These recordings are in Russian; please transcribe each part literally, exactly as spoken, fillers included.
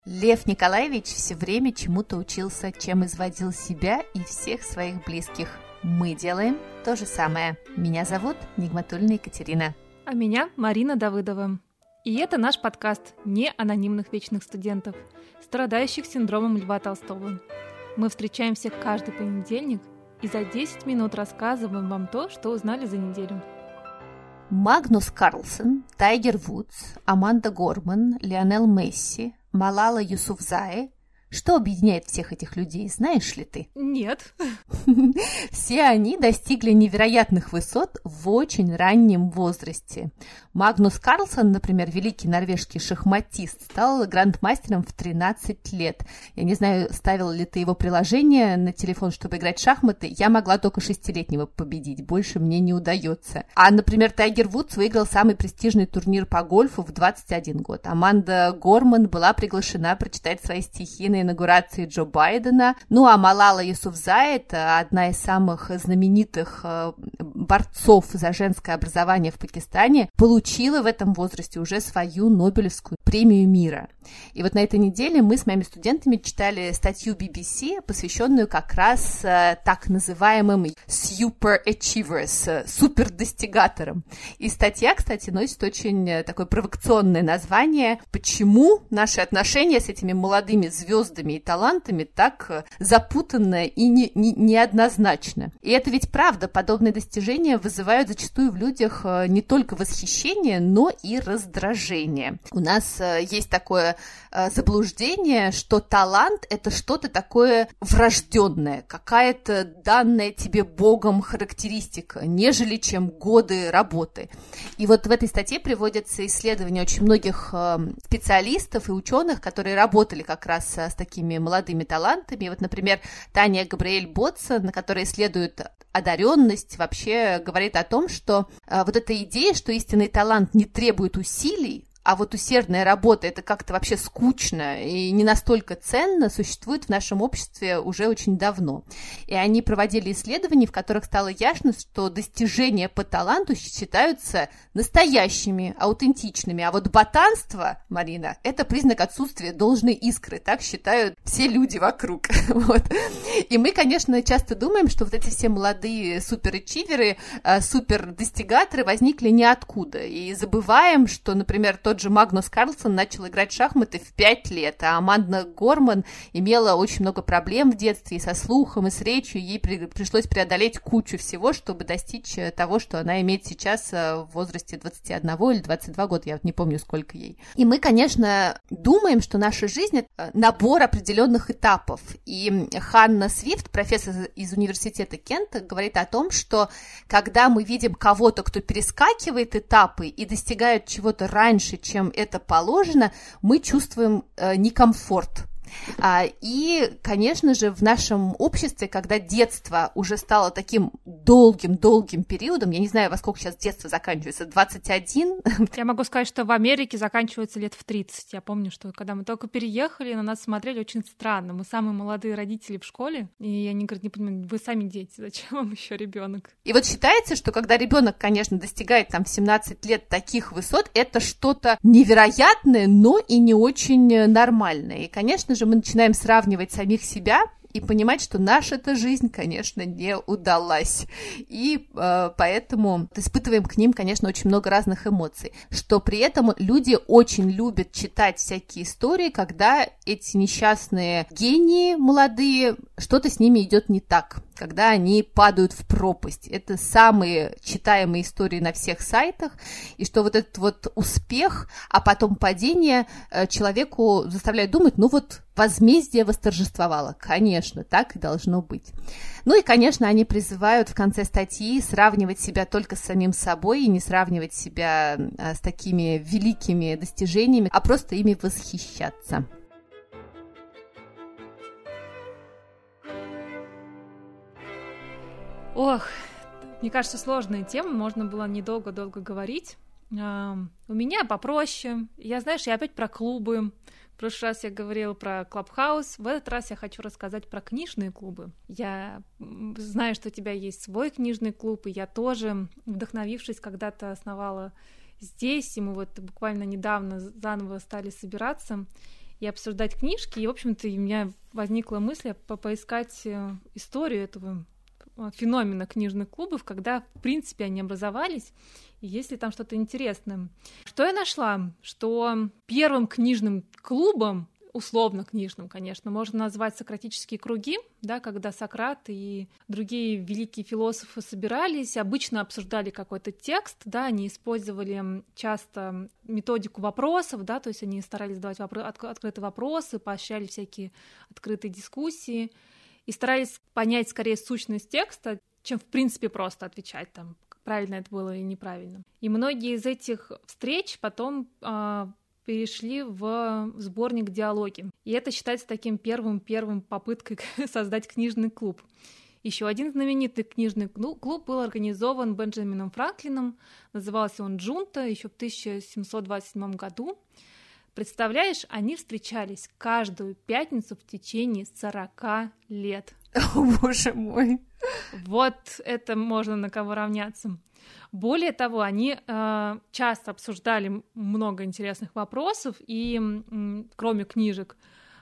Лев Николаевич все время чему-то учился, чем изводил себя и всех своих близких. Мы делаем то же самое. Меня зовут Нигматульна Екатерина. А меня Марина Давыдова. И это наш подкаст «Не анонимных вечных студентов», страдающих синдромом Льва Толстого. Мы встречаемся каждый понедельник и за десять минут рассказываем вам то, что узнали за неделю. Магнус Карлсен, Тайгер Вудс, Аманда Горман, Лионел Месси, Малала Юсуфзай. Что объединяет всех этих людей, знаешь ли ты? Нет. Все они достигли невероятных высот в очень раннем возрасте. Магнус Карлсен, например, великий норвежский шахматист, стал грандмастером в тринадцать лет. Я не знаю, ставил ли ты его приложение на телефон, чтобы играть в шахматы. Я могла только шестилетнего победить, больше мне не удается. А, например, Тайгер Вудс выиграл самый престижный турнир по гольфу в двадцать один год. Аманда Горман была приглашена прочитать свои стихи на инаугурации Джо Байдена. Ну а Малала Юсуфзай, это одна из самых знаменитых борцов за женское образование в Пакистане, получила в этом возрасте уже свою Нобелевскую премию мира. И вот на этой неделе мы с моими студентами читали статью би би си, посвященную как раз так называемым super achievers, супердостигаторам. И статья, кстати, носит очень такое провокационное название «Почему наши отношения с этими молодыми звездами и талантами так запутанно и не, не, неоднозначно». И это ведь правда, подобные достижения вызывают зачастую в людях не только восхищение, но и раздражение. У нас есть такое заблуждение, что талант – это что-то такое врожденное, какая-то данная тебе Богом характеристика, нежели чем годы работы. И вот в этой статье приводятся исследования очень многих специалистов и ученых, которые работали как раз с такими молодыми талантами. Вот, например, Таня Габриэль Ботсон, которая исследует одаренность, вообще говорит о том, что вот эта идея, что истинный талант не требует усилий, а вот усердная работа – это как-то вообще скучно и не настолько ценно, существует в нашем обществе уже очень давно. И они проводили исследования, в которых стало ясно, что достижения по таланту считаются настоящими, аутентичными. А вот ботанство, Марина, это признак отсутствия должной искры. Так считают все люди вокруг. Вот. И мы, конечно, часто думаем, что вот эти все молодые суперачиверы, супердостигаторы возникли ниоткуда. И забываем, что, например, то, Тот же Магнус Карлсен начал играть в шахматы в пять лет, а Аманда Горман имела очень много проблем в детстве и со слухом, и с речью. Ей при, пришлось преодолеть кучу всего, чтобы достичь того, что она имеет сейчас в возрасте двадцать один или двадцать два года, я вот не помню, сколько ей. И мы, конечно, думаем, что наша жизнь – это набор определенных этапов. И Ханна Свифт, профессор из университета Кента, говорит о том, что когда мы видим кого-то, кто перескакивает этапы и достигает чего-то раньше, чем это положено, мы чувствуем э, некомфорт. А, и, конечно же, в нашем обществе, когда детство уже стало таким долгим-долгим периодом, я не знаю, во сколько сейчас детство заканчивается, двадцать один? Я могу сказать, что в Америке заканчивается лет в тридцать. Я помню, что когда мы только переехали, на нас смотрели очень странно. Мы самые молодые родители в школе, и они говорят, не понимаю, вы сами дети, зачем вам еще ребенок? И вот считается, что когда ребенок, конечно, достигает там в семнадцать лет таких высот, это что-то невероятное, но и не очень нормальное. И, конечно же, мы начинаем сравнивать самих себя и понимать, что наша-то жизнь, конечно, не удалась. И э, поэтому испытываем к ним, конечно, очень много разных эмоций. Что при этом люди очень любят читать всякие истории, когда эти несчастные гении молодые, что-то с ними идет не так, когда они падают в пропасть. Это самые читаемые истории на всех сайтах, и что вот этот вот успех, а потом падение человеку заставляет думать, ну вот возмездие восторжествовало. Конечно, так и должно быть. Ну и, конечно, они призывают в конце статьи сравнивать себя только с самим собой и не сравнивать себя с такими великими достижениями, а просто ими восхищаться. Ох, мне кажется, сложная тема, можно было недолго-долго говорить. Uh, у меня попроще. Я, знаешь, я опять про клубы. В прошлый раз я говорила про Clubhouse. В этот раз я хочу рассказать про книжные клубы. Я знаю, что у тебя есть свой книжный клуб, и я тоже, вдохновившись, когда-то основала здесь, и мы вот буквально недавно заново стали собираться. и обсуждать книжки. И, в общем-то, у меня возникла мысль по поискать историю этого феномена книжных клубов, когда, в принципе, они образовались, и есть ли там что-то интересное. Что я нашла? Что первым книжным клубом, условно книжным, конечно, можно назвать сократические круги, да, когда Сократ и другие великие философы собирались, обычно обсуждали какой-то текст, да, они использовали часто методику вопросов, да, то есть они старались задавать вопро- от- открытые вопросы, поощряли всякие открытые дискуссии и старались понять скорее сущность текста, чем в принципе просто отвечать там, правильно это было или неправильно. И многие из этих встреч потом э, перешли в сборник «Диалоги». И это считается таким первым-первым попыткой создать книжный клуб. Еще один знаменитый книжный клуб был организован Бенджамином Франклином. Назывался он «Джунта» еще в тысяча семьсот двадцать седьмом году. Представляешь, они встречались каждую пятницу в течение сорока лет. О, боже мой! Вот это можно на кого равняться. Более того, они э, часто обсуждали много интересных вопросов, и, м, кроме книжек,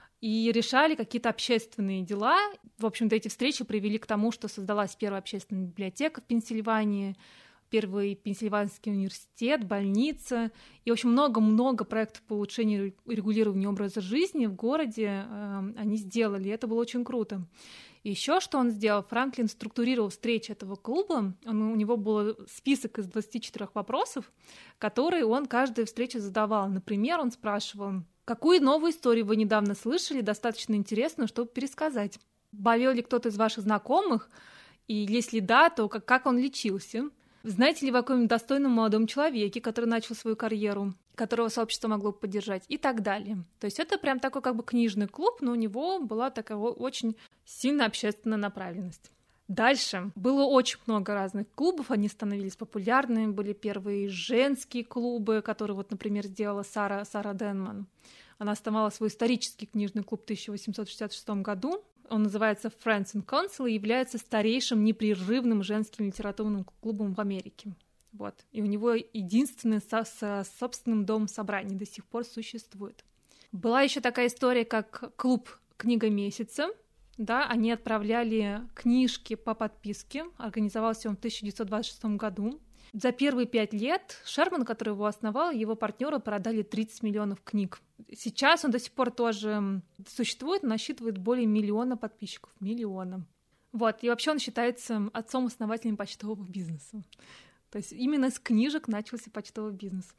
и решали какие-то общественные дела. В общем-то, эти встречи привели к тому, что создалась первая общественная библиотека в Пенсильвании, первый Пенсильванский университет, больница, и, в общем, много-много проектов по улучшению регулирования образа жизни в городе э, они сделали, и это было очень круто. Еще что он сделал? Франклин структурировал встречи этого клуба. Он, у него был список из двадцати четырёх вопросов, которые он каждой встрече задавал. Например, он спрашивал: какую новую историю вы недавно слышали, достаточно интересную, чтобы пересказать? Болел ли кто-то из ваших знакомых? И если да, то как, как он лечился? Знаете ли вы о каком-нибудь достойном молодом человеке, который начал свою карьеру, которого сообщество могло бы поддержать, и так далее. То есть это прям такой как бы книжный клуб, но у него была такая очень сильная общественная направленность. Дальше было очень много разных клубов, они становились популярными, были первые женские клубы, которые, вот, например, сделала Сара, Сара Денман. Она основала свой исторический книжный клуб в тысяча восемьсот шестьдесят шестом году. Он называется Friends and Council и является старейшим непрерывным женским литературным клубом в Америке. Вот. И у него единственный со, со собственным домом собраний до сих пор существует. Была еще такая история, как клуб «Книга месяца». Да, они отправляли книжки по подписке. Организовался он в тысяча девятьсот двадцать шестом году. За первые пять лет Шерман, который его основал, его партнеры продали тридцать миллионов книг. Сейчас он до сих пор тоже существует, насчитывает более миллиона подписчиков. Миллиона. Вот. И вообще он считается отцом-основателем почтового бизнеса. То есть именно с книжек начался почтовый бизнес.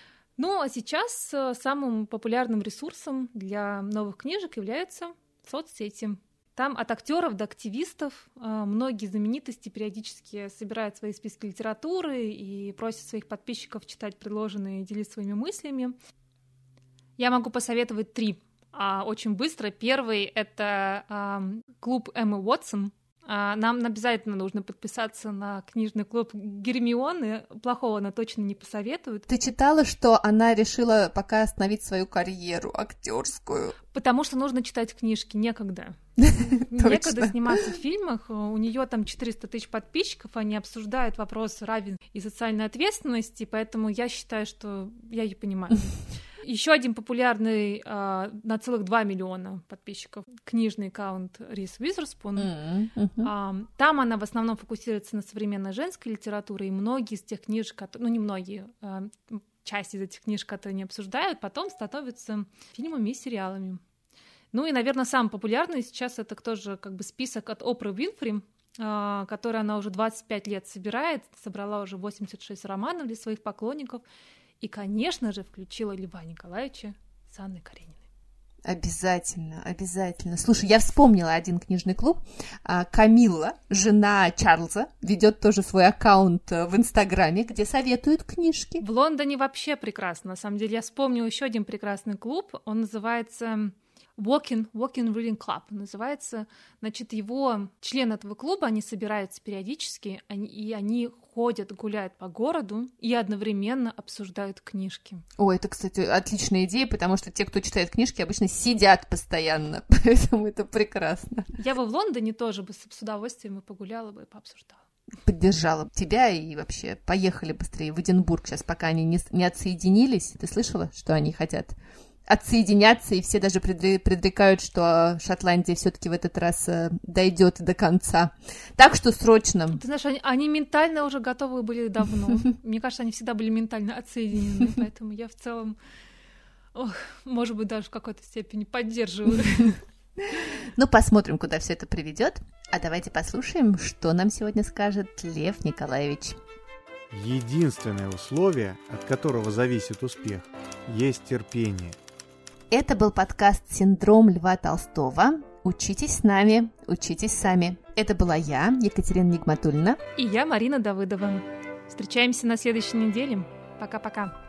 Ну, а сейчас самым популярным ресурсом для новых книжек являются соцсети. Там от актеров до активистов многие знаменитости периодически собирают свои списки литературы и просят своих подписчиков читать предложенные и делиться своими мыслями. Я могу посоветовать три а, очень быстро. Первый — это а, клуб Эммы Уотсон. А, нам обязательно нужно подписаться на книжный клуб Гермионы. Плохого она точно не посоветует. Ты читала, что она решила пока остановить свою карьеру актерскую? Потому что нужно читать книжки, некогда. Некогда сниматься в фильмах. У нее там четыреста тысяч подписчиков, они обсуждают вопрос равенства и социальной ответственности, поэтому я считаю, что я ее понимаю. Еще один популярный а, на целых два миллиона подписчиков книжный аккаунт Рис Уизерспун. Mm-hmm. Mm-hmm. А, там она в основном фокусируется на современной женской литературе, и многие из тех книжек, которые, ну не многие, а, часть из этих книжек, которые они обсуждают, потом становятся фильмами и сериалами. Ну и, наверное, самый популярный сейчас это тоже как бы список от Опры Уинфри, а, который она уже двадцать пять лет собирает, собрала уже восемьдесят шесть романов для своих поклонников. И, конечно же, включила Льва Николаевича с Анной Карениной. Обязательно, обязательно. Слушай, я вспомнила один книжный клуб. Камилла, жена Чарльза, ведет тоже свой аккаунт в Инстаграме, где советует книжки. В Лондоне вообще прекрасно. На самом деле, я вспомнила еще один прекрасный клуб. Он называется Walking, Walking Reading Club называется. Значит, его члены этого клуба, они собираются периодически, они, и они ходят, гуляют по городу и одновременно обсуждают книжки. О, это, кстати, отличная идея, потому что те, кто читает книжки, обычно сидят постоянно, поэтому это прекрасно. Я бы в Лондоне тоже бы с удовольствием и погуляла бы, и пообсуждала. Поддержала тебя и вообще поехали быстрее в Эдинбург сейчас, пока они не, не отсоединились. Ты слышала, что они хотят отсоединяться, и все даже предрекают, что Шотландия все-таки в этот раз дойдет до конца. Так что срочно. Ты знаешь, они, они ментально уже готовы были давно. Мне кажется, они всегда были ментально отсоединены, поэтому я в целом, ох, может быть, даже в какой-то степени поддерживаю. Ну, посмотрим, куда все это приведет. А давайте послушаем, что нам сегодня скажет Лев Николаевич. Единственное условие, от которого зависит успех, есть терпение. Это был подкаст «Синдром Льва Толстого». Учитесь с нами, учитесь сами. Это была я, Екатерина Нигматульна. И я, Марина Давыдова. Встречаемся на следующей неделе. Пока-пока.